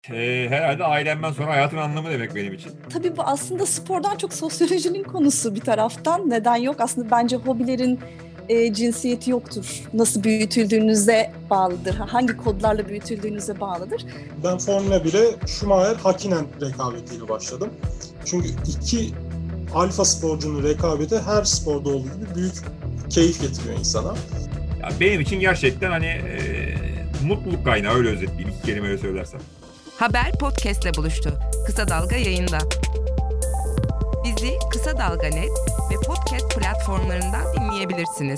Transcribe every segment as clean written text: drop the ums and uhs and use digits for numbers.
Herhalde ailemden sonra hayatın anlamı demek benim için. Tabii bu aslında spordan çok sosyolojinin konusu bir taraftan. Neden yok? Aslında bence hobilerin cinsiyeti yoktur. Nasıl büyütüldüğünüze bağlıdır. Hangi kodlarla büyütüldüğünüze bağlıdır. Ben Formula 1'e Schumacher-Hakkinen rekabetiyle başladım. Çünkü iki alfa sporcunun rekabeti her sporda olduğu gibi büyük keyif getiriyor insana. Ya benim için gerçekten mutluluk kaynağı, öyle özetleyeyim iki kelimeyle söylersem. Haber podcast'le buluştu. Kısa Dalga yayında. Bizi Kısa Dalga Net ve podcast platformlarından dinleyebilirsiniz.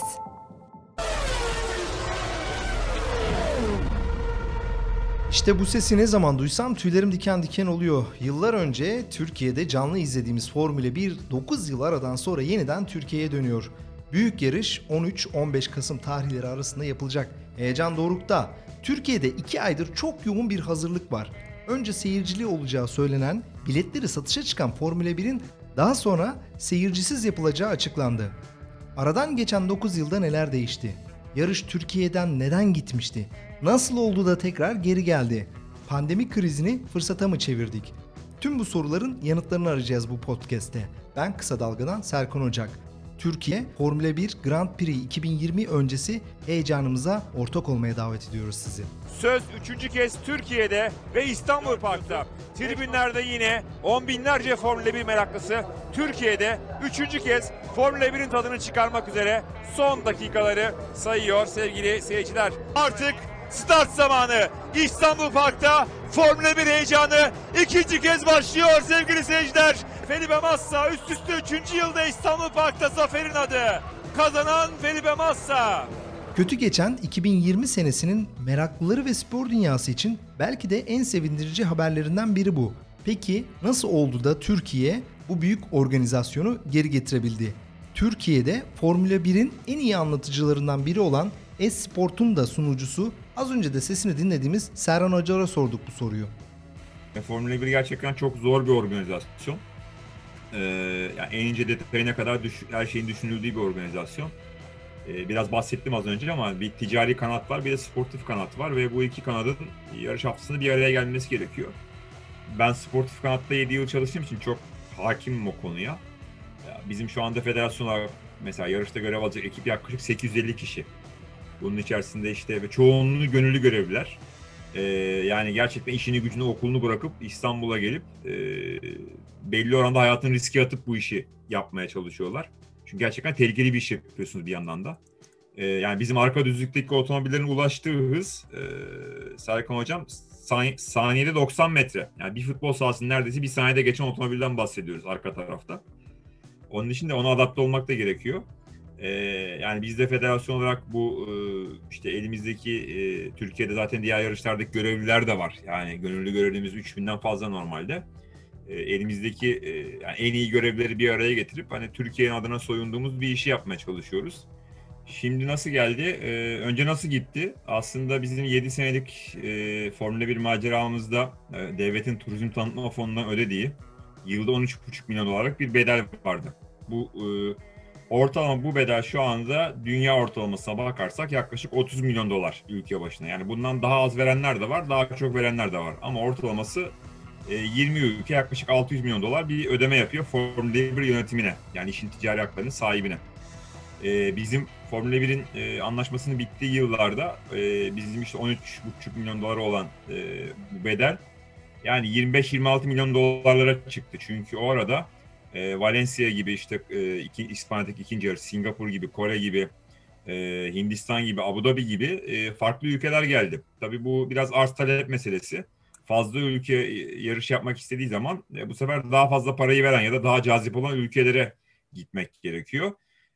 İşte bu sesi ne zaman duysam tüylerim diken diken oluyor. Yıllar önce Türkiye'de canlı izlediğimiz Formula 1 9 yıl aradan sonra yeniden Türkiye'ye dönüyor. Büyük yarış 13-15 Kasım tarihleri arasında yapılacak. Heyecan dorukta. Türkiye'de 2 aydır çok yoğun bir hazırlık var. Önce seyircili olacağı söylenen, biletleri satışa çıkan Formula 1'in daha sonra seyircisiz yapılacağı açıklandı. Aradan geçen 9 yılda neler değişti? Yarış Türkiye'den neden gitmişti? Nasıl oldu da tekrar geri geldi? Pandemi krizini fırsata mı çevirdik? Tüm bu soruların yanıtlarını arayacağız bu podcast'te. Ben Kısa Dalga'dan Serkan Ocak. Türkiye Formula 1 Grand Prix 2020 öncesi heyecanımıza ortak olmaya davet ediyoruz sizi. Söz 3. kez Türkiye'de ve İstanbul Park'ta. Tribünlerde yine on binlerce Formula 1 meraklısı Türkiye'de 3. kez Formula 1'in tadını çıkarmak üzere son dakikaları sayıyor sevgili seyirciler. Artık start zamanı. İstanbul Park'ta Formula 1 heyecanı ikinci kez başlıyor sevgili seyirciler. Felipe Massa üst üste 3. yılda İstanbul Park'ta zaferin adı. Kazanan Felipe Massa. Kötü geçen 2020 senesinin meraklıları ve spor dünyası için belki de en sevindirici haberlerinden biri bu. Peki nasıl oldu da Türkiye bu büyük organizasyonu geri getirebildi? Türkiye'de Formula 1'in en iyi anlatıcılarından biri olan Esport'un da sunucusu, az önce de sesini dinlediğimiz Serhan Acar'a sorduk bu soruyu. Formula 1 gerçekten çok zor bir organizasyon. Yani en ince detayına kadar her şeyin düşünüldüğü bir organizasyon. Biraz bahsettim az önce ama bir ticari kanat var, bir de sportif kanat var ve bu iki kanadın yarış haftasında bir araya gelmesi gerekiyor. Ben sportif kanatta 7 yıl çalıştığım için çok hakimim o konuya. Bizim şu anda federasyon olarak mesela yarışta görev alacak ekip yaklaşık 850 kişi. Bunun içerisinde işte çoğunluğu gönüllü görevliler. Yani gerçekten işini gücünü okulunu bırakıp İstanbul'a gelip belli oranda hayatını riske atıp bu işi yapmaya çalışıyorlar. Çünkü gerçekten tehlikeli bir iş yapıyorsunuz bir yandan da. Yani bizim arka düzlükteki otomobillerin ulaştığı hız Serkan Hocam saniyede 90 metre. Yani bir futbol sahasının neredeyse bir saniyede geçen otomobilden bahsediyoruz arka tarafta. Onun için de ona adapte olmak da gerekiyor. Yani biz de federasyon olarak bu işte elimizdeki Türkiye'de zaten diğer yarışlardaki görevliler de var. Yani gönüllü görevlimiz 3000'den fazla normalde. Elimizdeki yani en iyi görevleri bir araya getirip hani Türkiye'nin adına soyunduğumuz bir işi yapmaya çalışıyoruz. Şimdi nasıl geldi? Önce nasıl gitti? Aslında bizim 7 senelik Formula 1 maceramızda devletin turizm tanıtma fonundan ödediği yılda 13,5 milyon dolarlık bir bedel vardı. Bu ortalama bu bedel şu anda dünya ortalamasına bakarsak yaklaşık 30 milyon dolar ülke başına. Yani bundan daha az verenler de var, daha çok verenler de var. Ama ortalaması 20 ülke yaklaşık 600 milyon dolar bir ödeme yapıyor Formula 1 yönetimine. Yani işin ticari haklarının sahibine. Bizim Formula 1'in anlaşmasının bittiği yıllarda bizim işte 13,5 milyon dolar olan bu bedel yani 25-26 milyon dolarlara çıktı. Çünkü o arada Valencia gibi işte İspanya'daki ikinci yarış, Singapur gibi, Kore gibi, Hindistan gibi, Abu Dhabi gibi farklı ülkeler geldi. Tabii bu biraz arz talep meselesi. Fazla ülke yarış yapmak istediği zaman bu sefer daha fazla parayı veren ya da daha cazip olan ülkelere gitmek gerekiyor.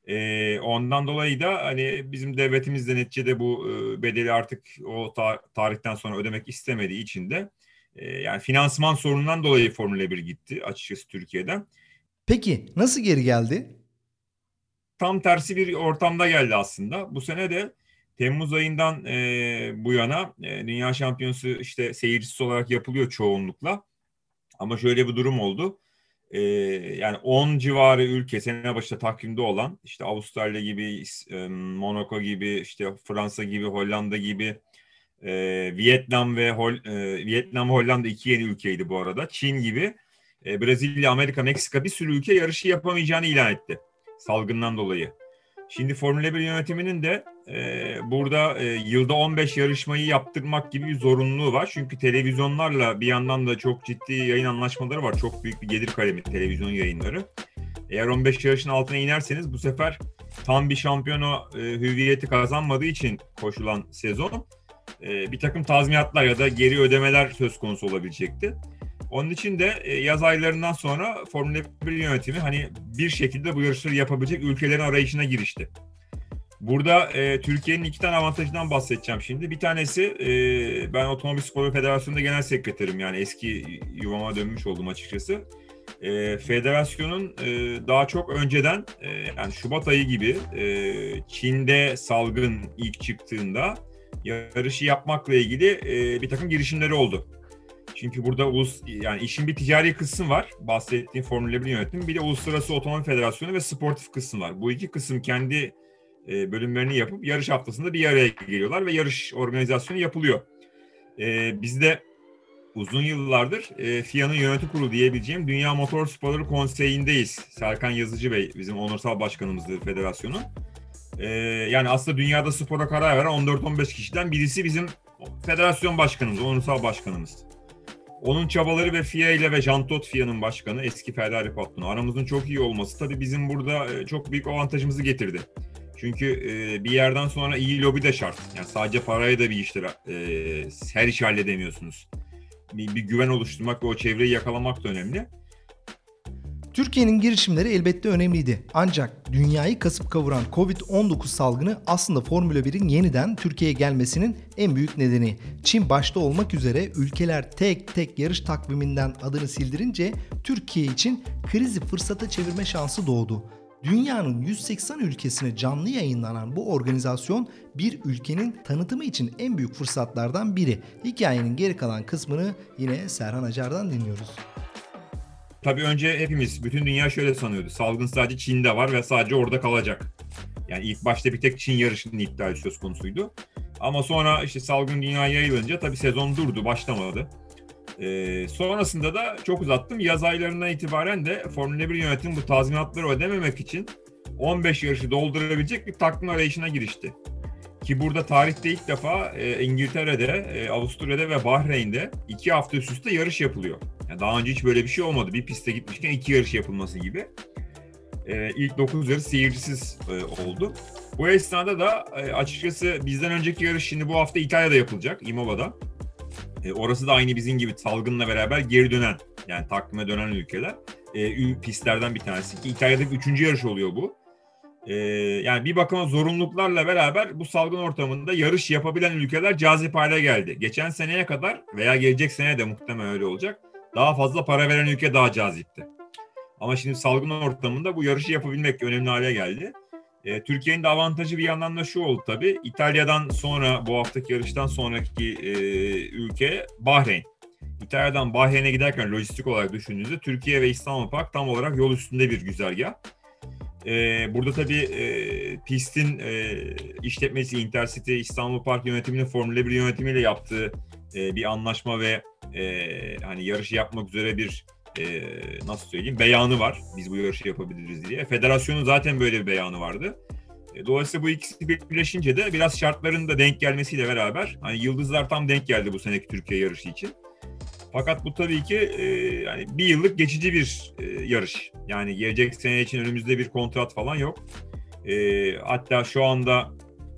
Ondan dolayı da hani bizim devletimiz de neticede bu bedeli artık o tarihten sonra ödemek istemediği için de yani finansman sorunundan dolayı Formula 1 gitti açıkçası Türkiye'den. Peki nasıl geri geldi? Tam tersi bir ortamda geldi aslında. Bu sene de Temmuz ayından bu yana Dünya Şampiyonası işte seyircisi olarak yapılıyor çoğunlukla. Ama şöyle bir durum oldu. Yani 10 civarı ülke sene başında takvimde olan işte Avustralya gibi, Monaco gibi, işte Fransa gibi, Hollanda gibi Vietnam, Hollanda 2 yeni ülkeydi bu arada. Çin gibi Brezilya, Amerika, Meksika bir sürü ülke yarışı yapamayacağını ilan etti salgından dolayı. Şimdi Formula 1 yönetiminin de burada yılda 15 yarışmayı yaptırmak gibi bir zorunluluğu var. Çünkü televizyonlarla bir yandan da çok ciddi yayın anlaşmaları var. Çok büyük bir gelir kalemi televizyon yayınları. Eğer 15 yarışın altına inerseniz bu sefer tam bir şampiyona hüviyeti kazanmadığı için koşulan sezon bir takım tazminatlar ya da geri ödemeler söz konusu olabilecekti. Onun için de yaz aylarından sonra Formula 1 yönetimi hani bir şekilde bu yarışları yapabilecek ülkelerin arayışına girişti. Burada Türkiye'nin 2 tane avantajından bahsedeceğim şimdi. Bir tanesi ben Otomobil Sporu Federasyonu'nda genel sekreterim, yani eski yuvama dönmüş oldum açıkçası. Federasyonun daha çok önceden yani Şubat ayı gibi Çin'de salgın ilk çıktığında yarışı yapmakla ilgili bir takım girişimleri oldu. Çünkü burada yani işin bir ticari kısmı var. Bahsettiğim Formula 1 yönetimi. Bir de Uluslararası Otomobil Federasyonu ve sportif kısmı var. Bu iki kısım kendi bölümlerini yapıp yarış haftasında bir araya geliyorlar ve yarış organizasyonu yapılıyor. Biz de uzun yıllardır FIA'nın yönetim kurulu diyebileceğim Dünya Motor Sporları Konseyi'ndeyiz. Serkan Yazıcı Bey bizim onursal başkanımızdır federasyonun. Yani aslında dünyada spora karar veren 14-15 kişiden birisi bizim federasyon başkanımız, onursal başkanımız. Onun çabaları ve FIA ile ve Jean Todt FIA'nın başkanı, eski Ferrari patronu, aramızın çok iyi olması tabii bizim burada çok büyük avantajımızı getirdi. Çünkü bir yerden sonra iyi lobi de şart. Yani sadece parayla da bir iştir. Her işi halledemiyorsunuz. Bir güven oluşturmak ve o çevreyi yakalamak da önemli. Türkiye'nin girişimleri elbette önemliydi. Ancak dünyayı kasıp kavuran Covid-19 salgını aslında Formula 1'in yeniden Türkiye'ye gelmesinin en büyük nedeni. Çin başta olmak üzere ülkeler tek tek yarış takviminden adını sildirince Türkiye için krizi fırsata çevirme şansı doğdu. Dünyanın 180 ülkesine canlı yayınlanan bu organizasyon bir ülkenin tanıtımı için en büyük fırsatlardan biri. Hikayenin geri kalan kısmını yine Serhan Acar'dan dinliyoruz. Tabii önce hepimiz, bütün dünya şöyle sanıyordu. Salgın sadece Çin'de var ve sadece orada kalacak. Yani ilk başta bir tek Çin yarışının iptali söz konusuydu. Ama sonra işte salgın dünyaya yayılınca tabii sezon durdu, başlamadı. Sonrasında da çok uzattım. Yaz aylarından itibaren de Formula 1 yönetimi bu tazminatları ödememek için 15 yarışı doldurabilecek bir takvim arayışına girişti. Ki burada tarihte ilk defa İngiltere'de, Avusturya'da ve Bahreyn'de 2 hafta üst üste yarış yapılıyor. Yani daha önce hiç böyle bir şey olmadı. Bir piste gitmişken 2 yarış yapılması gibi. İlk 9 yarış seyircisiz oldu. Bu esnada da açıkçası bizden önceki yarış şimdi bu hafta İtalya'da yapılacak, Imola'da. Orası da aynı bizim gibi salgınla beraber geri dönen, yani takvime dönen ülkeler. Pistlerden bir tanesi ki İtalya'daki 3. yarış oluyor bu. Yani bir bakıma zorunluluklarla beraber bu salgın ortamında yarış yapabilen ülkeler cazip hale geldi. Geçen seneye kadar veya gelecek seneye de muhtemelen öyle olacak. Daha fazla para veren ülke daha cazipti. Ama şimdi salgın ortamında bu yarışı yapabilmek önemli hale geldi. Türkiye'nin de avantajı bir yandan da şu oldu tabii. İtalya'dan sonra, bu haftaki yarıştan sonraki ülke Bahreyn. İtalya'dan Bahreyn'e giderken lojistik olarak düşündüğünüzde Türkiye ve İstanbul Park tam olarak yol üstünde bir güzergah. Burada tabii pistin işletmesi Intercity İstanbul Park yönetiminin Formula 1 yönetimiyle yaptığı bir anlaşma ve hani yarışı yapmak üzere bir nasıl söyleyeyim, beyanı var. Biz bu yarışı yapabiliriz diye. Federasyonun zaten böyle bir beyanı vardı. Dolayısıyla bu ikisi birleşince de biraz şartların da denk gelmesiyle beraber hani yıldızlar tam denk geldi bu seneki Türkiye yarışı için. Fakat bu tabii ki yani bir yıllık geçici bir yarış. Yani gelecek sene için önümüzde bir kontrat falan yok. Hatta şu anda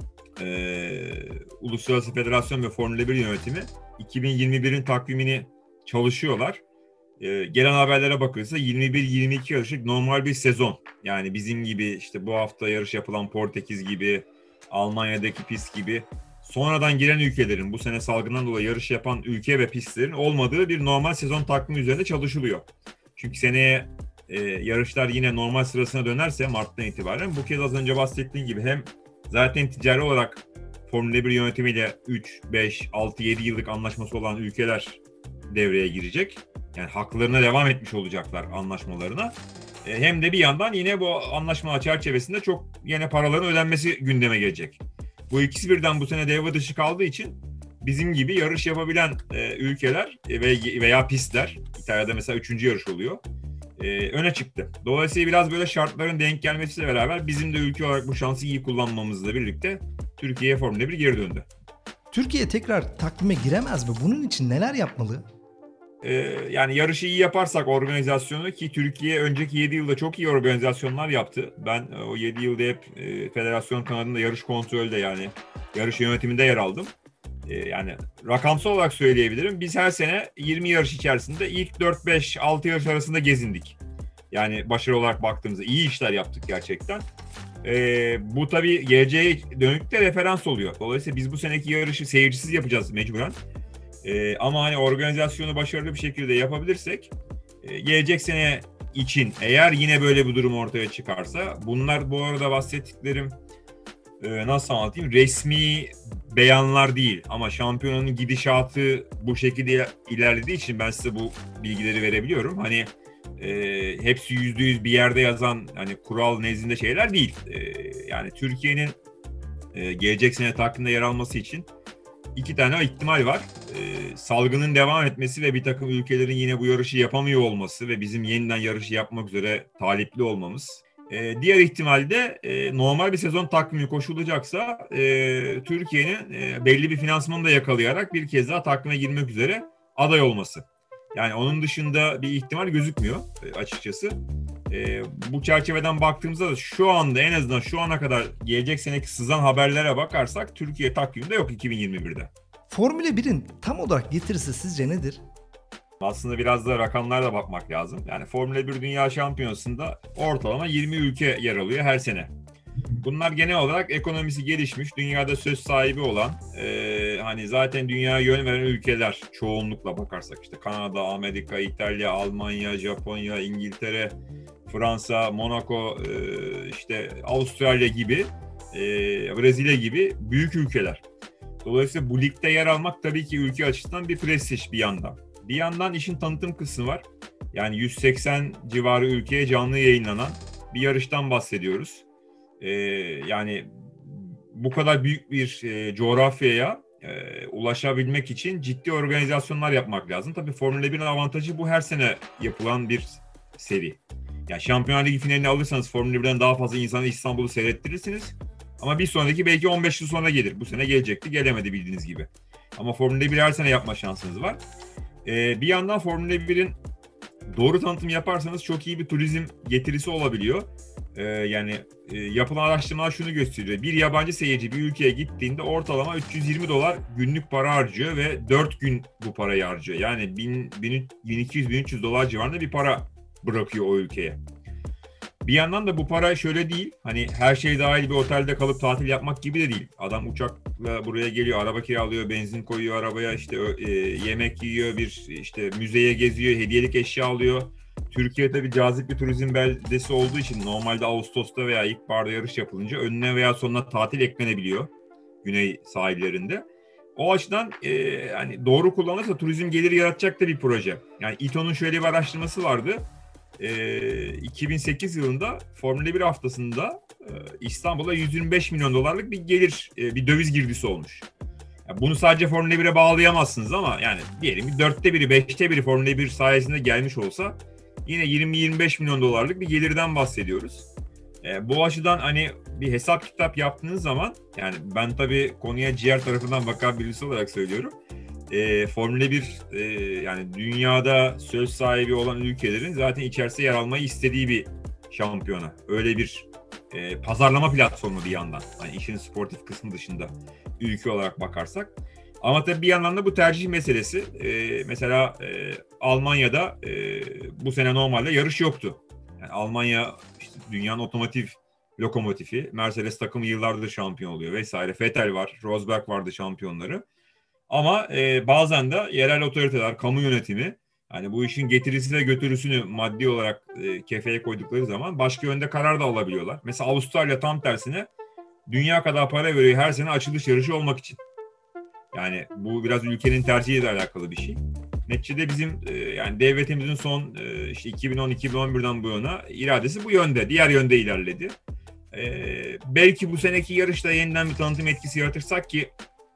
Uluslararası Federasyon ve Formula 1 yönetimi 2021'in takvimini çalışıyorlar. Gelen haberlere bakılırsa 21-22 yarışlık normal bir sezon. Yani bizim gibi işte bu hafta yarış yapılan Portekiz gibi, Almanya'daki pist gibi sonradan giren ülkelerin, bu sene salgından dolayı yarış yapan ülke ve pistlerin olmadığı bir normal sezon takvimi üzerinde çalışılıyor. Çünkü seneye yarışlar yine normal sırasına dönerse Mart'tan itibaren bu kez az önce bahsettiğim gibi hem zaten ticari olarak Formula 1 yönetimiyle 3, 5, 6, 7 yıllık anlaşması olan ülkeler devreye girecek. Yani haklarına devam etmiş olacaklar anlaşmalarına. Hem de bir yandan yine bu anlaşmalar çerçevesinde çok yine paraların ödenmesi gündeme gelecek. Bu ikisi birden bu sene devre dışı kaldığı için bizim gibi yarış yapabilen ülkeler veya pistler, İtalya'da mesela 3. yarış oluyor, öne çıktı. Dolayısıyla biraz böyle şartların denk gelmesiyle beraber bizim de ülke olarak bu şansı iyi kullanmamızla birlikte Türkiye'ye Formula 1 geri döndü. Türkiye tekrar takvime giremez mi? Bunun için neler yapmalı? Yani yarışı iyi yaparsak organizasyonu, ki Türkiye önceki 7 yılda çok iyi organizasyonlar yaptı. Ben o 7 yılda hep federasyon kanadında yarış kontrolde, yani yarış yönetiminde yer aldım. Yani rakamsal olarak söyleyebilirim. Biz her sene 20 yarış içerisinde ilk 4-5-6 yarış arasında gezindik. Yani başarı olarak baktığımızda iyi işler yaptık gerçekten. Bu tabii geleceğe dönük de referans oluyor. Dolayısıyla biz bu seneki yarışı seyircisiz yapacağız mecburen. Ama hani organizasyonu başarılı bir şekilde yapabilirsek gelecek sene için, eğer yine böyle bir durum ortaya çıkarsa, bunlar bu arada bahsettiklerim nasıl anlatayım, resmi beyanlar değil ama şampiyonanın gidişatı bu şekilde ilerlediği için ben size bu bilgileri verebiliyorum. Hani hepsi %100 bir yerde yazan, hani kural nezdinde şeyler değil. Yani Türkiye'nin gelecek sene takvimde yer alması için 2 tane ihtimal var. Salgının devam etmesi ve bir takım ülkelerin yine bu yarışı yapamıyor olması ve bizim yeniden yarışı yapmak üzere talipli olmamız. Diğer ihtimal de normal bir sezon takvimi koşulacaksa Türkiye'nin belli bir finansmanı da yakalayarak bir kez daha takvime girmek üzere aday olması. Yani onun dışında bir ihtimal gözükmüyor açıkçası. Bu çerçeveden baktığımızda da şu anda, en azından şu ana kadar gelecek seneki sızan haberlere bakarsak Türkiye takviminde yok 2021'de. Formula 1'in tam olarak getirisi sizce nedir? Aslında biraz da rakamlarla bakmak lazım. Yani Formula 1 Dünya Şampiyonası'nda ortalama 20 ülke yer alıyor her sene. Bunlar genel olarak ekonomisi gelişmiş, dünyada söz sahibi olan, hani zaten dünyaya yön veren ülkeler çoğunlukla bakarsak, işte Kanada, Amerika, İtalya, Almanya, Japonya, İngiltere, Fransa, Monaco, işte Avustralya gibi, Brezilya gibi büyük ülkeler. Dolayısıyla bu ligde yer almak tabii ki ülke açısından bir prestij bir yandan. Bir yandan işin tanıtım kısmı var. Yani 180 civarı ülkeye canlı yayınlanan bir yarıştan bahsediyoruz. Yani bu kadar büyük bir coğrafyaya ulaşabilmek için ciddi organizasyonlar yapmak lazım. Tabii Formula 1'in avantajı bu, her sene yapılan bir seri. Yani Şampiyonlar Ligi finalini alırsanız Formula 1'den daha fazla insanı İstanbul'u seyrettirirsiniz. Ama bir sonraki belki 15 yıl sonra gelir. Bu sene gelecekti, gelemedi bildiğiniz gibi. Ama Formula 1 her sene yapma şansınız var. Bir yandan Formula 1'in doğru tanıtım yaparsanız çok iyi bir turizm getirisi olabiliyor. Yani yapılan araştırmalar şunu gösteriyor. Bir yabancı seyirci bir ülkeye gittiğinde ortalama $320 günlük para harcıyor ve 4 gün bu parayı harcıyor. Yani $1200-1300 civarında bir para bırakıyor o ülkeye. Bir yandan da bu para şöyle değil, hani her şey dahil bir otelde kalıp tatil yapmak gibi de değil. Adam uçakla buraya geliyor, araba kiralıyor, benzin koyuyor arabaya, işte yemek yiyor, bir işte müzeye geziyor, hediyelik eşya alıyor. Türkiye tabii cazip bir turizm beldesi olduğu için normalde Ağustos'ta veya ilkbaharda yarış yapılınca önüne veya sonuna tatil eklenebiliyor güney sahillerinde. O açıdan yani doğru kullanılırsa turizm geliri yaratacak da bir proje. Yani İTO'nun şöyle bir araştırması vardı. 2008 yılında Formula 1 haftasında İstanbul'a $125 milyon bir gelir, bir döviz girdisi olmuş. Yani bunu sadece Formula 1'e bağlayamazsınız ama yani diyelim ki 4'te biri, 5'te biri Formula 1 sayesinde gelmiş olsa yine $20-25 milyon bir gelirden bahsediyoruz. Bu açıdan hani bir hesap kitap yaptığınız zaman, yani ben tabii konuya ciğer tarafından bakan birisi olarak söylüyorum. Formula 1 yani dünyada söz sahibi olan ülkelerin zaten içerisinde yer almayı istediği bir şampiyona. Öyle bir pazarlama platformu bir yandan. Hani işin sportif kısmı dışında ülke olarak bakarsak. Ama tabii bir yandan da bu tercih meselesi. Mesela Almanya'da bu sene normalde yarış yoktu. Yani Almanya işte dünyanın otomotiv lokomotifi. Mercedes takımı yıllardır şampiyon oluyor vesaire. Vettel var, Rosberg vardı şampiyonları. Ama bazen de yerel otoriteler, kamu yönetimi, yani bu işin getirisi ve götürüsünü maddi olarak kefeye koydukları zaman başka yönde karar da alabiliyorlar. Mesela Avustralya tam tersine dünya kadar para veriyor her sene açılış yarışı olmak için. Yani bu biraz ülkenin tercihiyle alakalı bir şey. Neticede bizim yani devletimizin son işte 2010-2011'den bu yana iradesi bu yönde, diğer yönde ilerledi. Belki bu seneki yarışta yeniden bir tanıtım etkisi yaratırsak ki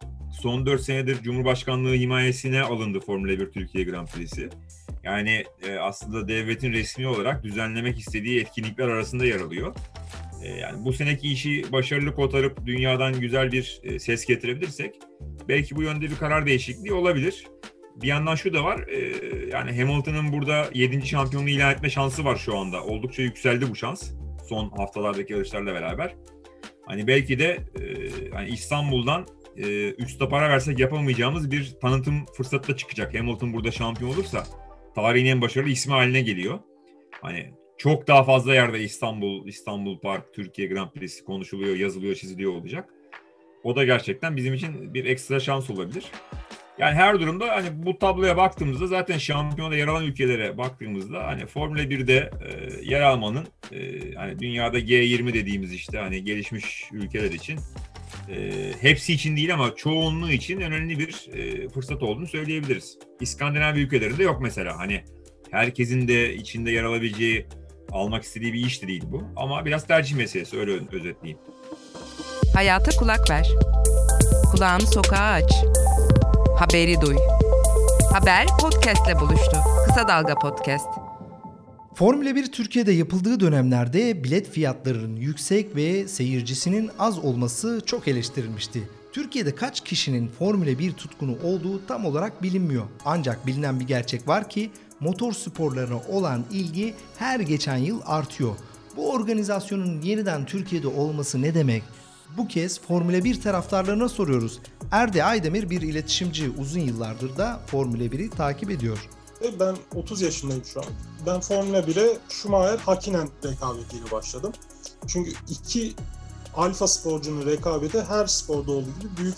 son 4 senedir Cumhurbaşkanlığı himayesine alındı Formula 1 Türkiye Grand Prix'si. Yani aslında devletin resmi olarak düzenlemek istediği etkinlikler arasında yer alıyor. Yani bu seneki işi başarılı kotarıp dünyadan güzel bir ses getirebilirsek belki bu yönde bir karar değişikliği olabilir. Bir yandan şu da var, yani Hamilton'ın burada 7. şampiyonluğu ilan etme şansı var şu anda. Oldukça yükseldi bu şans son haftalardaki yarışlarla beraber. Hani belki de hani İstanbul'dan üste para versek yapamayacağımız bir tanıtım fırsatı da çıkacak. Hamilton burada şampiyon olursa tarihin en başarılı ismi haline geliyor. Hani çok daha fazla yerde İstanbul Park, Türkiye Grand Prix'si konuşuluyor, yazılıyor, çiziliyor olacak. O da gerçekten bizim için bir ekstra şans olabilir. Yani her durumda hani bu tabloya baktığımızda zaten şampiyonada yer alan ülkelere baktığımızda hani Formula 1'de yer almanın hani dünyada G20 dediğimiz işte hani gelişmiş ülkeler için hepsi için değil ama çoğunluğu için önemli bir fırsat olduğunu söyleyebiliriz. İskandinav ülkelerinde yok mesela, hani herkesin de içinde yer alabileceği, almak istediği bir iş de değil bu. Ama biraz tercih meselesi, öyle özetleyeyim. Hayata kulak ver. Kulağını sokağa aç. Haberi duy. Haber podcast'le buluştu. Kısa Dalga Podcast. Formula 1 Türkiye'de yapıldığı dönemlerde bilet fiyatlarının yüksek ve seyircisinin az olması çok eleştirilmişti. Türkiye'de kaç kişinin Formula 1 tutkunu olduğu tam olarak bilinmiyor. Ancak bilinen bir gerçek var ki motor sporlarına olan ilgi her geçen yıl artıyor. Bu organizasyonun yeniden Türkiye'de olması ne demek? Bu kez Formula 1 taraftarlarına soruyoruz. Erdi Aydemir bir iletişimci, uzun yıllardır da Formula 1'i takip ediyor. Ben 30 yaşındayım şu an. Ben Formula 1'e Schumacher-Hakkinen rekabetiyle başladım. Çünkü iki alfa sporcunun rekabeti her sporda olduğu gibi büyük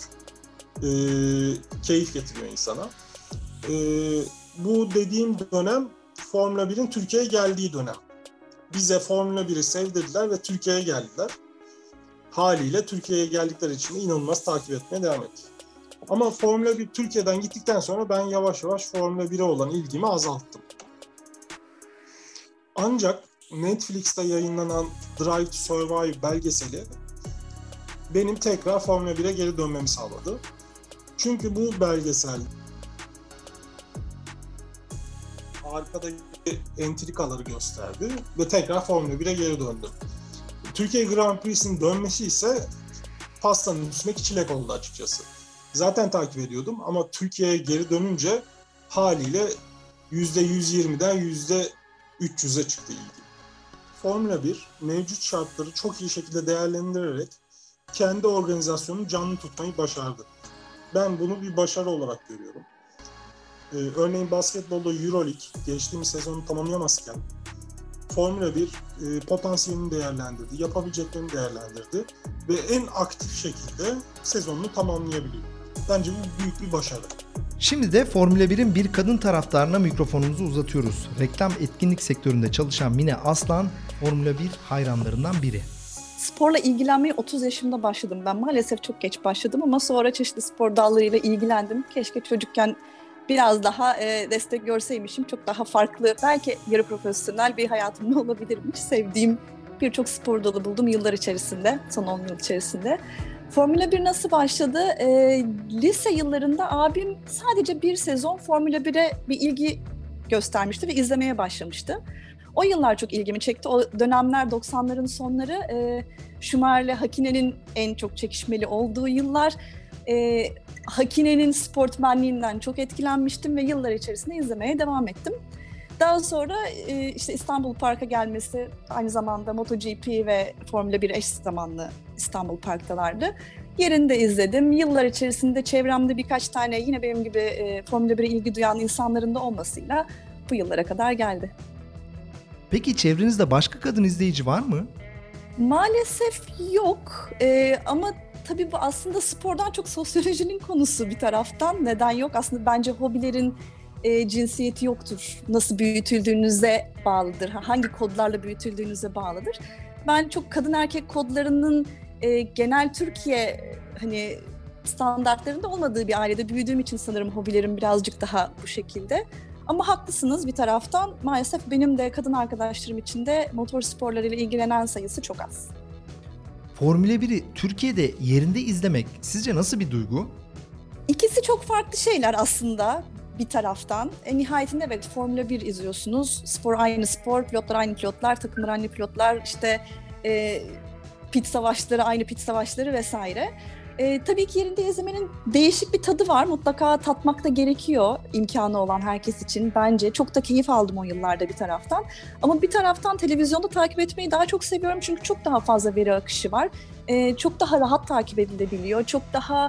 keyif getiriyor insana. Bu dediğim dönem Formula 1'in Türkiye'ye geldiği dönem. Bize Formula 1'i sevdirdiler ve Türkiye'ye geldiler. Haliyle Türkiye'ye geldikleri için de inanılmaz takip etmeye devam ettik. Ama Formula 1 Türkiye'den gittikten sonra ben yavaş yavaş Formula 1'e olan ilgimi azalttım. Ancak Netflix'te yayınlanan Drive to Survive belgeseli benim tekrar Formula 1'e geri dönmemi sağladı. Çünkü bu belgesel arkadaki entrikaları gösterdi ve tekrar Formula 1'e geri döndüm. Türkiye Grand Prix'sinin dönmesi ise pastanın üstündeki çilek oldu açıkçası. Zaten takip ediyordum ama Türkiye'ye geri dönünce haliyle %120'den %300'e çıktı ilgi. Formula 1 mevcut şartları çok iyi şekilde değerlendirerek kendi organizasyonunu canlı tutmayı başardı. Ben bunu bir başarı olarak görüyorum. Örneğin basketbolda Euroleague geçtiğimiz sezonu tamamlayamazken Formula 1 potansiyelini değerlendirdi, yapabileceklerini değerlendirdi ve en aktif şekilde sezonunu tamamlayabiliyor. Bence bu büyük bir başarı. Şimdi de Formula 1'in bir kadın taraftarına mikrofonumuzu uzatıyoruz. Reklam etkinlik sektöründe çalışan Mine Aslan, Formula 1 hayranlarından biri. Sporla ilgilenmeye 30 yaşımda başladım. Ben maalesef çok geç başladım ama sonra çeşitli spor dallarıyla ilgilendim. Keşke çocukken biraz daha destek görseymişim. Çok daha farklı, belki yarı profesyonel bir hayatımda olabilirmiş. Sevdiğim birçok spor dalı buldum yıllar içerisinde, son 10 yıl içerisinde. Formula 1 nasıl başladı? Lise yıllarında abim sadece bir sezon Formula 1'e bir ilgi göstermişti ve izlemeye başlamıştı. O yıllar çok ilgimi çekti. O dönemler 90'ların sonları, Schumacher'le Hakkinen'in en çok çekişmeli olduğu yıllar. Hakkinen'in sportmenliğinden çok etkilenmiştim ve yıllar içerisinde izlemeye devam ettim. Daha sonra işte İstanbul Park'a gelmesi, aynı zamanda MotoGP ve Formula 1 eş zamanlı İstanbul Park'talardı. Yerinde izledim. Yıllar içerisinde çevremde birkaç tane yine benim gibi Formula 1'e ilgi duyan insanların da olmasıyla bu yıllara kadar geldi. Peki çevrenizde başka kadın izleyici var mı? Maalesef yok ama tabii bu aslında spordan çok sosyolojinin konusu bir taraftan. Neden yok? Aslında bence hobilerin cinsiyeti yoktur. Nasıl büyütüldüğünüze bağlıdır. Hangi kodlarla büyütüldüğünüze bağlıdır. Ben çok kadın erkek kodlarının genel Türkiye hani standartlarında olmadığı bir ailede büyüdüğüm için sanırım hobilerim birazcık daha bu şekilde. Ama haklısınız bir taraftan. Maalesef benim de kadın arkadaşlarım içinde motor sporlarıyla ilgilenen sayısı çok az. Formula 1'i Türkiye'de yerinde izlemek sizce nasıl bir duygu? İkisi çok farklı şeyler aslında bir taraftan. Nihayetinde evet Formula 1 izliyorsunuz. Spor aynı spor, pilotlar aynı pilotlar, takımlar aynı pilotlar, işte pit savaşları aynı pit savaşları vesaire. Tabii ki yerinde izlemenin değişik bir tadı var. Mutlaka tatmak da gerekiyor imkanı olan herkes için bence. Çok da keyif aldım o yıllarda bir taraftan. Ama bir taraftan televizyonda takip etmeyi daha çok seviyorum. Çünkü çok daha fazla veri akışı var. Çok daha rahat takip edilebiliyor. Çok daha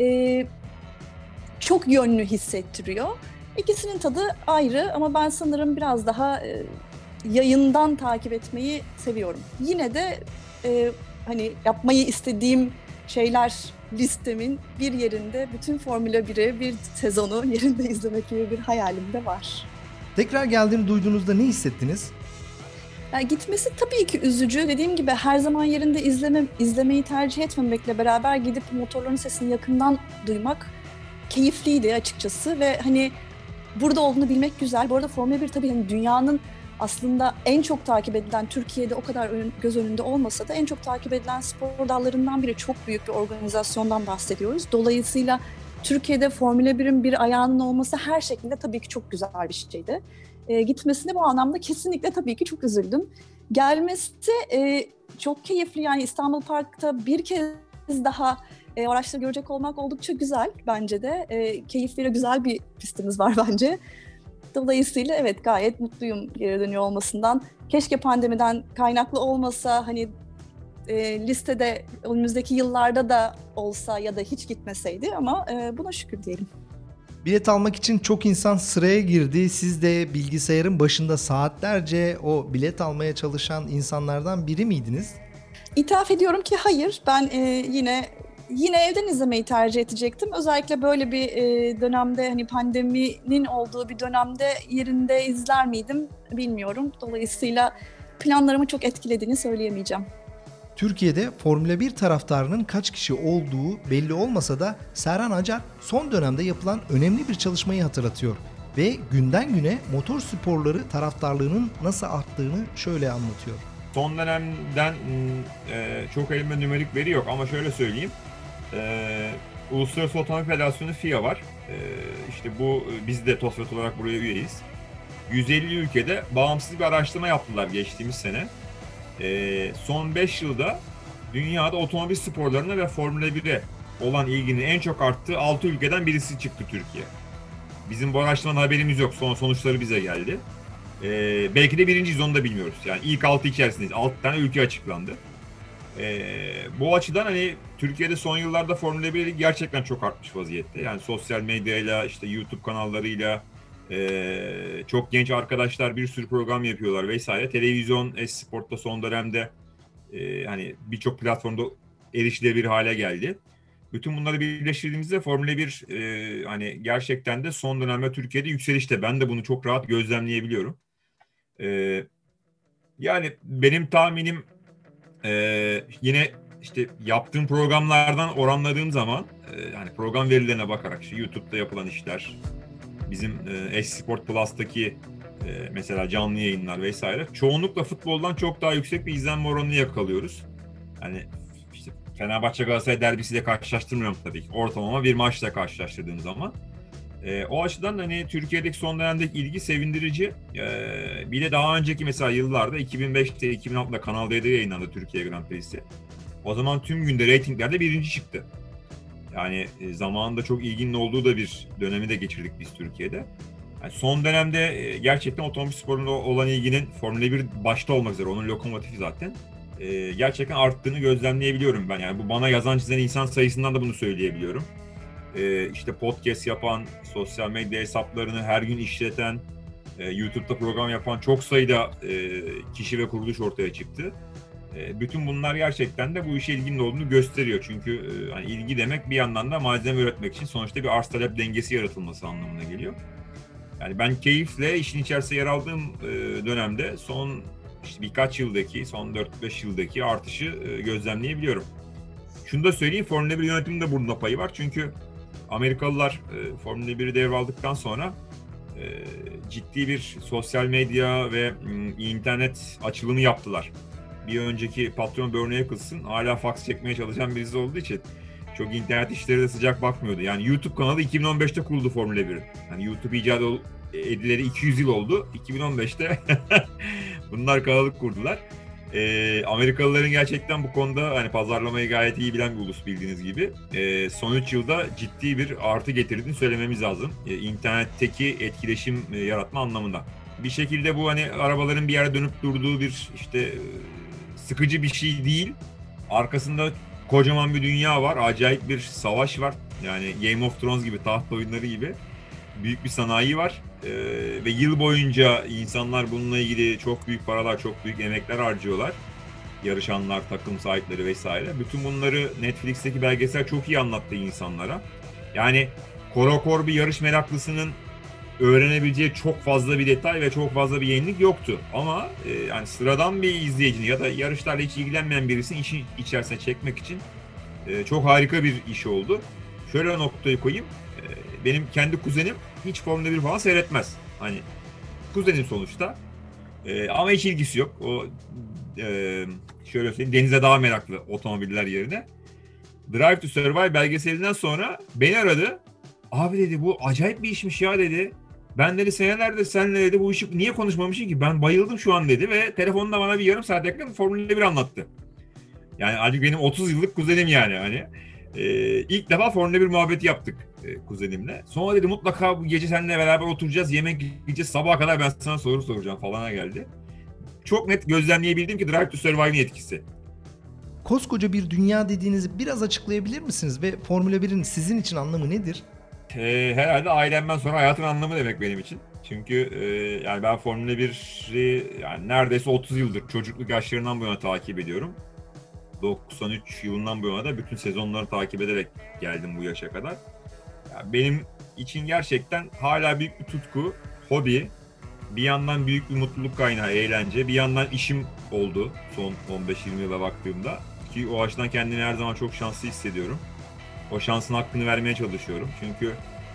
çok yönlü hissettiriyor. İkisinin tadı ayrı ama ben sanırım biraz daha yayından takip etmeyi seviyorum. Yine de hani yapmayı istediğim şeyler listemin bir yerinde bütün Formula 1'i bir sezonu yerinde izlemek gibi bir hayalim de var. Tekrar geldiğini duyduğunuzda ne hissettiniz? Yani gitmesi tabii ki üzücü. Dediğim gibi her zaman yerinde izlemeyi tercih etmemekle beraber gidip motorların sesini yakından duymak keyifliydi açıkçası ve hani burada olduğunu bilmek güzel. Bu arada Formula 1 tabii hani dünyanın aslında en çok takip edilen, Türkiye'de o kadar göz önünde olmasa da en çok takip edilen spor dallarından biri. Çok büyük bir organizasyondan bahsediyoruz. Dolayısıyla Türkiye'de Formula 1'in bir ayağının olması her şekilde tabii ki çok güzel bir şeydi. Gitmesine bu anlamda kesinlikle tabii ki çok üzüldüm. Gelmesi çok keyifli, yani İstanbul Park'ta bir kez daha o araçları görecek olmak oldukça güzel bence de. Keyifli ve güzel bir pistimiz var bence. Dolayısıyla evet gayet mutluyum geri dönüyor olmasından. Keşke pandemiden kaynaklı olmasa, hani listede önümüzdeki yıllarda da olsa ya da hiç gitmeseydi ama buna şükür diyelim. Bilet almak için çok insan sıraya girdi. Siz de bilgisayarın başında saatlerce o bilet almaya çalışan insanlardan biri miydiniz? İtiraf ediyorum ki hayır. Ben yine evden izlemeyi tercih edecektim. Özellikle böyle bir dönemde, hani pandeminin olduğu bir dönemde yerinde izler miydim bilmiyorum. Dolayısıyla planlarımı çok etkilediğini söyleyemeyeceğim. Türkiye'de Formula 1 taraftarının kaç kişi olduğu belli olmasa da Serhan Acar son dönemde yapılan önemli bir çalışmayı hatırlatıyor ve günden güne motor sporları taraftarlığının nasıl arttığını şöyle anlatıyor. Son dönemden çok elimde nümerik veri yok ama şöyle söyleyeyim. Uluslararası Otomobil Federasyonu FIA var. İşte biz de TOSFET olarak buraya üyeyiz. 150 ülkede bağımsız bir araştırma yaptılar geçtiğimiz sene. Son 5 yılda dünyada otomobil sporlarına ve Formula 1'e olan ilginin en çok arttığı 6 ülkeden birisi çıktı Türkiye. Bizim bu araştırmadan haberimiz yok. Sonuçları bize geldi. Belki de birinciyiz, onu da bilmiyoruz. Yani ilk 6 içerisindeyiz. 6 tane ülke açıklandı. Bu açıdan hani Türkiye'de son yıllarda Formula 1 gerçekten çok artmış vaziyette. Yani sosyal medyayla, işte YouTube kanallarıyla çok genç arkadaşlar bir sürü program yapıyorlar vesaire. Televizyon, Esport'ta son dönemde hani birçok platformda erişilebilir hale geldi. Bütün bunları birleştirdiğimizde Formula 1 hani gerçekten de son dönemde Türkiye'de yükselişte. Ben de bunu çok rahat gözlemleyebiliyorum. Yani benim tahminim yine işte yaptığım programlardan oranladığım zaman hani program verilerine bakarak işte YouTube'da yapılan işler, bizim Esport Plus'taki mesela canlı yayınlar vesaire çoğunlukla futboldan çok daha yüksek bir izlenme oranını yakalıyoruz. Yani işte Fenerbahçe Galatasaray derbisiyle karşılaştırmıyorum tabii ki. Ortalama bir maçla karşılaştırdığım zaman. O açıdan hani Türkiye'deki son dönemdeki ilgi sevindirici. Bir de daha önceki mesela yıllarda 2005'te 2006'da Kanal D'de yayınlandı Türkiye Grand Prix'si. O zaman tüm günde reytinglerde birinci çıktı. Yani zamanında çok ilginin olduğu da bir dönemi de geçirdik biz Türkiye'de. Yani son dönemde gerçekten otomobil sporuna olan ilginin Formula 1 başta olmak üzere, onun lokomotifi zaten gerçekten arttığını gözlemleyebiliyorum ben. Yani bu bana yazan çizen insan sayısından da bunu söyleyebiliyorum. İşte podcast yapan, sosyal medya hesaplarını her gün işleten, YouTube'da program yapan çok sayıda kişi ve kuruluş ortaya çıktı. Bütün bunlar gerçekten de bu işe ilginin olduğunu gösteriyor. Çünkü hani ilgi demek bir yandan da malzeme üretmek için sonuçta bir arz talep dengesi yaratılması anlamına geliyor. Yani ben keyifle işin içerisinde yer aldığım dönemde son işte birkaç yıldaki, son 4-5 yıldaki artışı gözlemleyebiliyorum. Şunu da söyleyeyim, Formula 1 yönetiminin de bunda payı var. Çünkü Amerikalılar Formula 1'i devraldıktan sonra ciddi bir sosyal medya ve internet açılımı yaptılar. Bir önceki patron Bernie Eccleston hala fax çekmeye çalışan birisi olduğu için çok internet işleri de sıcak bakmıyordu. Yani YouTube kanalı 2015'te kuruldu Formula 1'in. Yani YouTube icat edileri 200 yıl oldu. 2015'te bunlar kanalı kurdular. Amerikalıların gerçekten bu konuda hani pazarlamayı gayet iyi bilen bir ulus bildiğiniz gibi. Son 3 yılda ciddi bir artı getirdiğini söylememiz lazım. İnternetteki etkileşim yaratma anlamında. Bir şekilde bu hani arabaların bir yere dönüp durduğu bir işte sıkıcı bir şey değil. Arkasında kocaman bir dünya var. Acayip bir savaş var. Yani Game of Thrones gibi, taht oyunları gibi büyük bir sanayi var. Ve yıl boyunca insanlar bununla ilgili çok büyük paralar, çok büyük emekler harcıyorlar. Yarışanlar, takım sahipleri vesaire. Bütün bunları Netflix'teki belgesel çok iyi anlattı insanlara. Yani korokor bir yarış meraklısının öğrenebileceği çok fazla bir detay ve çok fazla bir yenilik yoktu. Ama yani sıradan bir izleyicinin ya da yarışlarla hiç ilgilenmeyen birisini işin içerisine çekmek için çok harika bir iş oldu. Şöyle noktayı koyayım. Benim kendi kuzenim hiç Formula 1 falan seyretmez. Hani kuzenim sonuçta. Ama hiç ilgisi yok. O şöyle söyleyeyim, denize daha meraklı otomobiller yerine. Drive to Survive belgeselinden sonra beni aradı. Abi dedi, bu acayip bir işmiş ya dedi. Ben dedi senelerdir seninle dedi bu işi niye konuşmamışım ki? Ben bayıldım şu an dedi ve telefonda bana bir yarım saat yakın Formula 1 anlattı. Yani artık benim 30 yıllık kuzenim yani hani. İlk defa Formula 1 muhabbeti yaptık kuzenimle. Sonra dedi mutlaka bu gece seninle beraber oturacağız, yemek yiyeceğiz, sabaha kadar ben sana soru soracağım falana geldi. Çok net gözlemleyebildim ki Drive to Survive'ın etkisi. Koskoca bir dünya dediğinizi biraz açıklayabilir misiniz ve Formula 1'in sizin için anlamı nedir? Herhalde ailemden sonra hayatın anlamı demek benim için. Çünkü yani ben Formula 1'i yani neredeyse 30 yıldır çocukluk yaşlarından bu yana takip ediyorum. 93 yılından bu yana da bütün sezonları takip ederek geldim bu yaşa kadar. Yani benim için gerçekten hala büyük bir tutku, hobi, bir yandan büyük bir mutluluk kaynağı, eğlence, bir yandan işim oldu son 15-20 yıla baktığımda. Ki o açıdan kendimi her zaman çok şanslı hissediyorum. O şansın hakkını vermeye çalışıyorum. Çünkü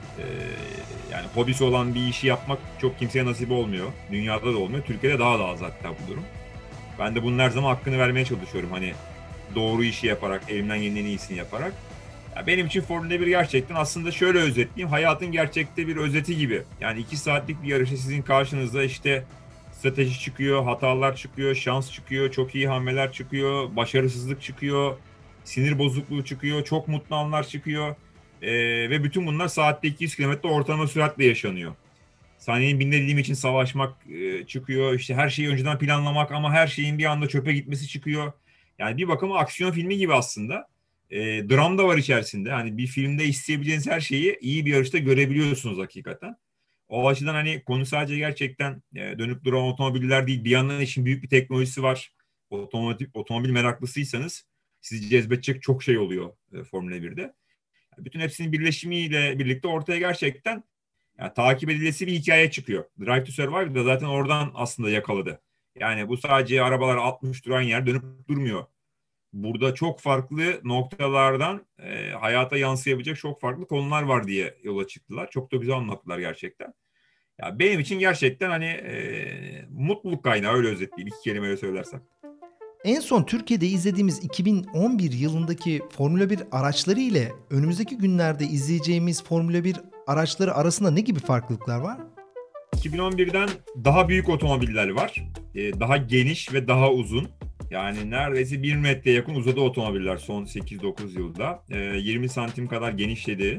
yani hobisi olan bir işi yapmak çok kimseye nasip olmuyor. Dünyada da olmuyor. Türkiye'de daha da az hatta bu durum. Ben de bunun her zaman hakkını vermeye çalışıyorum. Hani doğru işi yaparak, elimden gelenin en iyisini yaparak. Ya benim için Formula 1 gerçekten aslında şöyle özetleyeyim. Hayatın gerçekte bir özeti gibi. Yani 2 saatlik bir yarışta sizin karşınızda işte strateji çıkıyor, hatalar çıkıyor, şans çıkıyor, çok iyi hamleler çıkıyor, başarısızlık çıkıyor, sinir bozukluğu çıkıyor, çok mutlu anlar çıkıyor. Ve bütün bunlar saatte 200 km ortalama süratle yaşanıyor. Saniyenin binde dediğim için savaşmak çıkıyor. İşte her şeyi önceden planlamak ama her şeyin bir anda çöpe gitmesi çıkıyor. Yani bir bakıma aksiyon filmi gibi aslında. Dram da var içerisinde. Hani bir filmde isteyebileceğiniz her şeyi iyi bir yarışta görebiliyorsunuz hakikaten. O açıdan hani konu sadece gerçekten dönüp duran otomobiller değil. Bir yandan işin büyük bir teknolojisi var. Otomobil meraklısıysanız sizi cezbedecek çok şey oluyor Formula 1'de. Bütün hepsinin birleşimiyle birlikte ortaya gerçekten yani takip edilesi bir hikaye çıkıyor. Drive to Survive da zaten oradan aslında yakaladı. Yani bu sadece arabalar 60 duran yer dönüp durmuyor. Burada çok farklı noktalardan hayata yansıyabilecek çok farklı konular var diye yola çıktılar. Çok da güzel anlattılar gerçekten. Ya benim için gerçekten hani mutluluk kaynağı, öyle özetleyeyim 2 kelimeyle söylersem. En son Türkiye'de izlediğimiz 2011 yılındaki Formula 1 araçları ile önümüzdeki günlerde izleyeceğimiz Formula 1 araçları arasında ne gibi farklılıklar var? 2011'den daha büyük otomobiller var. Daha geniş ve daha uzun. Yani neredeyse 1 metreye yakın uzadı otomobiller son 8-9 yılda. 20 santim kadar genişledi.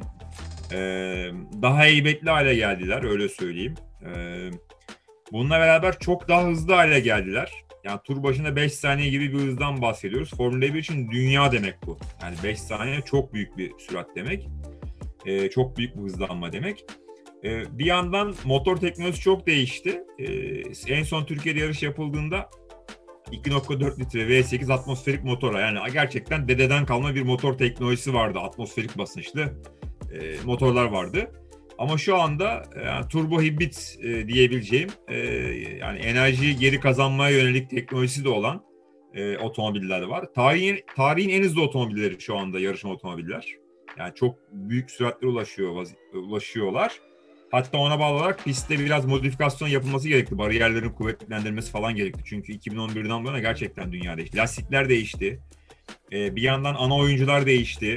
Daha heybetli hale geldiler, öyle söyleyeyim. Bununla beraber çok daha hızlı hale geldiler. Yani tur başına 5 saniye gibi bir hızdan bahsediyoruz. Formula 1 için dünya demek bu. Yani 5 saniye çok büyük bir sürat demek. Çok büyük bir hızlanma demek. Bir yandan motor teknolojisi çok değişti. En son Türkiye'de yarış yapıldığında 2.4 litre V8 atmosferik motora, yani gerçekten dededen kalma bir motor teknolojisi vardı. Atmosferik basınçlı motorlar vardı. Ama şu anda yani turbo hibrit diyebileceğim yani enerjiyi geri kazanmaya yönelik teknolojisi de olan otomobiller var. Tarihin en hızlı otomobilleri şu anda yarışma otomobiller. Yani çok büyük süratlere ulaşıyorlar. Hatta ona bağlı olarak pistte biraz modifikasyon yapılması gerekti. Bariyerlerin kuvvetlendirilmesi falan gerekti. Çünkü 2011'den bu yana gerçekten dünya değişti. Lastikler değişti. Bir yandan ana oyuncular değişti.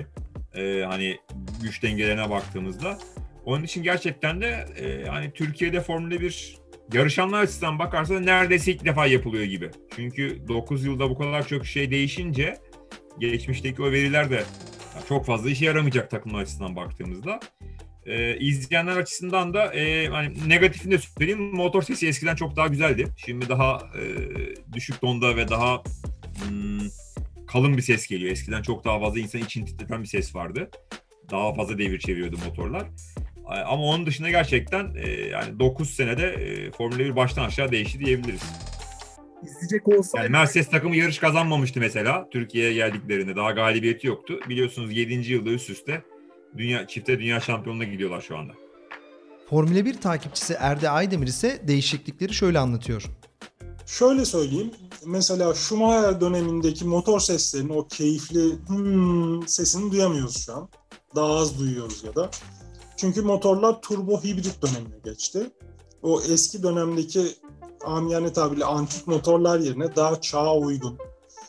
Hani güç dengelerine baktığımızda. Onun için gerçekten de hani Türkiye'de Formula 1 yarışanlar açısından bakarsa neredeyse ilk defa yapılıyor gibi. Çünkü 9 yılda bu kadar çok şey değişince geçmişteki o veriler de çok fazla işe yaramayacak takımlar açısından baktığımızda. İzleyenler açısından da hani negatifini de söyleyeyim, motor sesi eskiden çok daha güzeldi. Şimdi daha düşük tonda ve daha kalın bir ses geliyor. Eskiden çok daha fazla insan için titreten bir ses vardı. Daha fazla devir çeviriyordu motorlar. Ama onun dışında gerçekten yani 9 senede Formula 1 baştan aşağı değişti diyebiliriz. İzleyecek olsaydı... Yani Mercedes takımı yarış kazanmamıştı mesela Türkiye'ye geldiklerinde. Daha galibiyeti yoktu. Biliyorsunuz 7. yılda üst üste çifte dünya şampiyonluğuna gidiyorlar şu anda. Formula 1 takipçisi Erde Aydemir ise değişiklikleri şöyle anlatıyor. Şöyle söyleyeyim. Mesela Schumacher dönemindeki motor seslerinin o keyifli sesini duyamıyoruz şu an. Daha az duyuyoruz ya da. Çünkü motorlar turbo hibrit dönemine geçti. O eski dönemdeki amiyane tabirle antik motorlar yerine daha çağa uygun,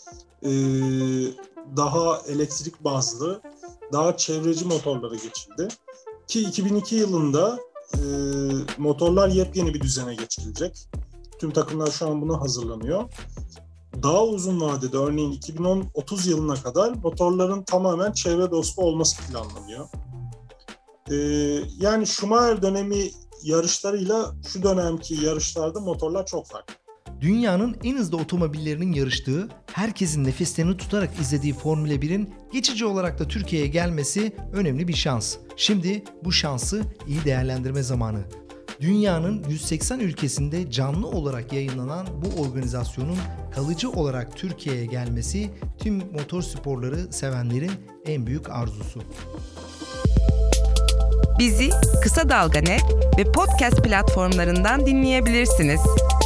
daha elektrik bazlı, daha çevreci motorlara geçildi. Ki 2002 yılında motorlar yepyeni bir düzene geçilecek. Tüm takımlar şu an buna hazırlanıyor. Daha uzun vadede örneğin 2030 yılına kadar motorların tamamen çevre dostu olması planlanıyor. Yani Schumacher dönemi yarışlarıyla şu dönemki yarışlarda motorlar çok farklı. Dünyanın en hızlı otomobillerinin yarıştığı, herkesin nefeslerini tutarak izlediği Formula 1'in geçici olarak da Türkiye'ye gelmesi önemli bir şans. Şimdi bu şansı iyi değerlendirme zamanı. Dünyanın 180 ülkesinde canlı olarak yayınlanan bu organizasyonun kalıcı olarak Türkiye'ye gelmesi tüm motor sporları sevenlerin en büyük arzusu. Bizi Kısa Dalga Net ve podcast platformlarından dinleyebilirsiniz.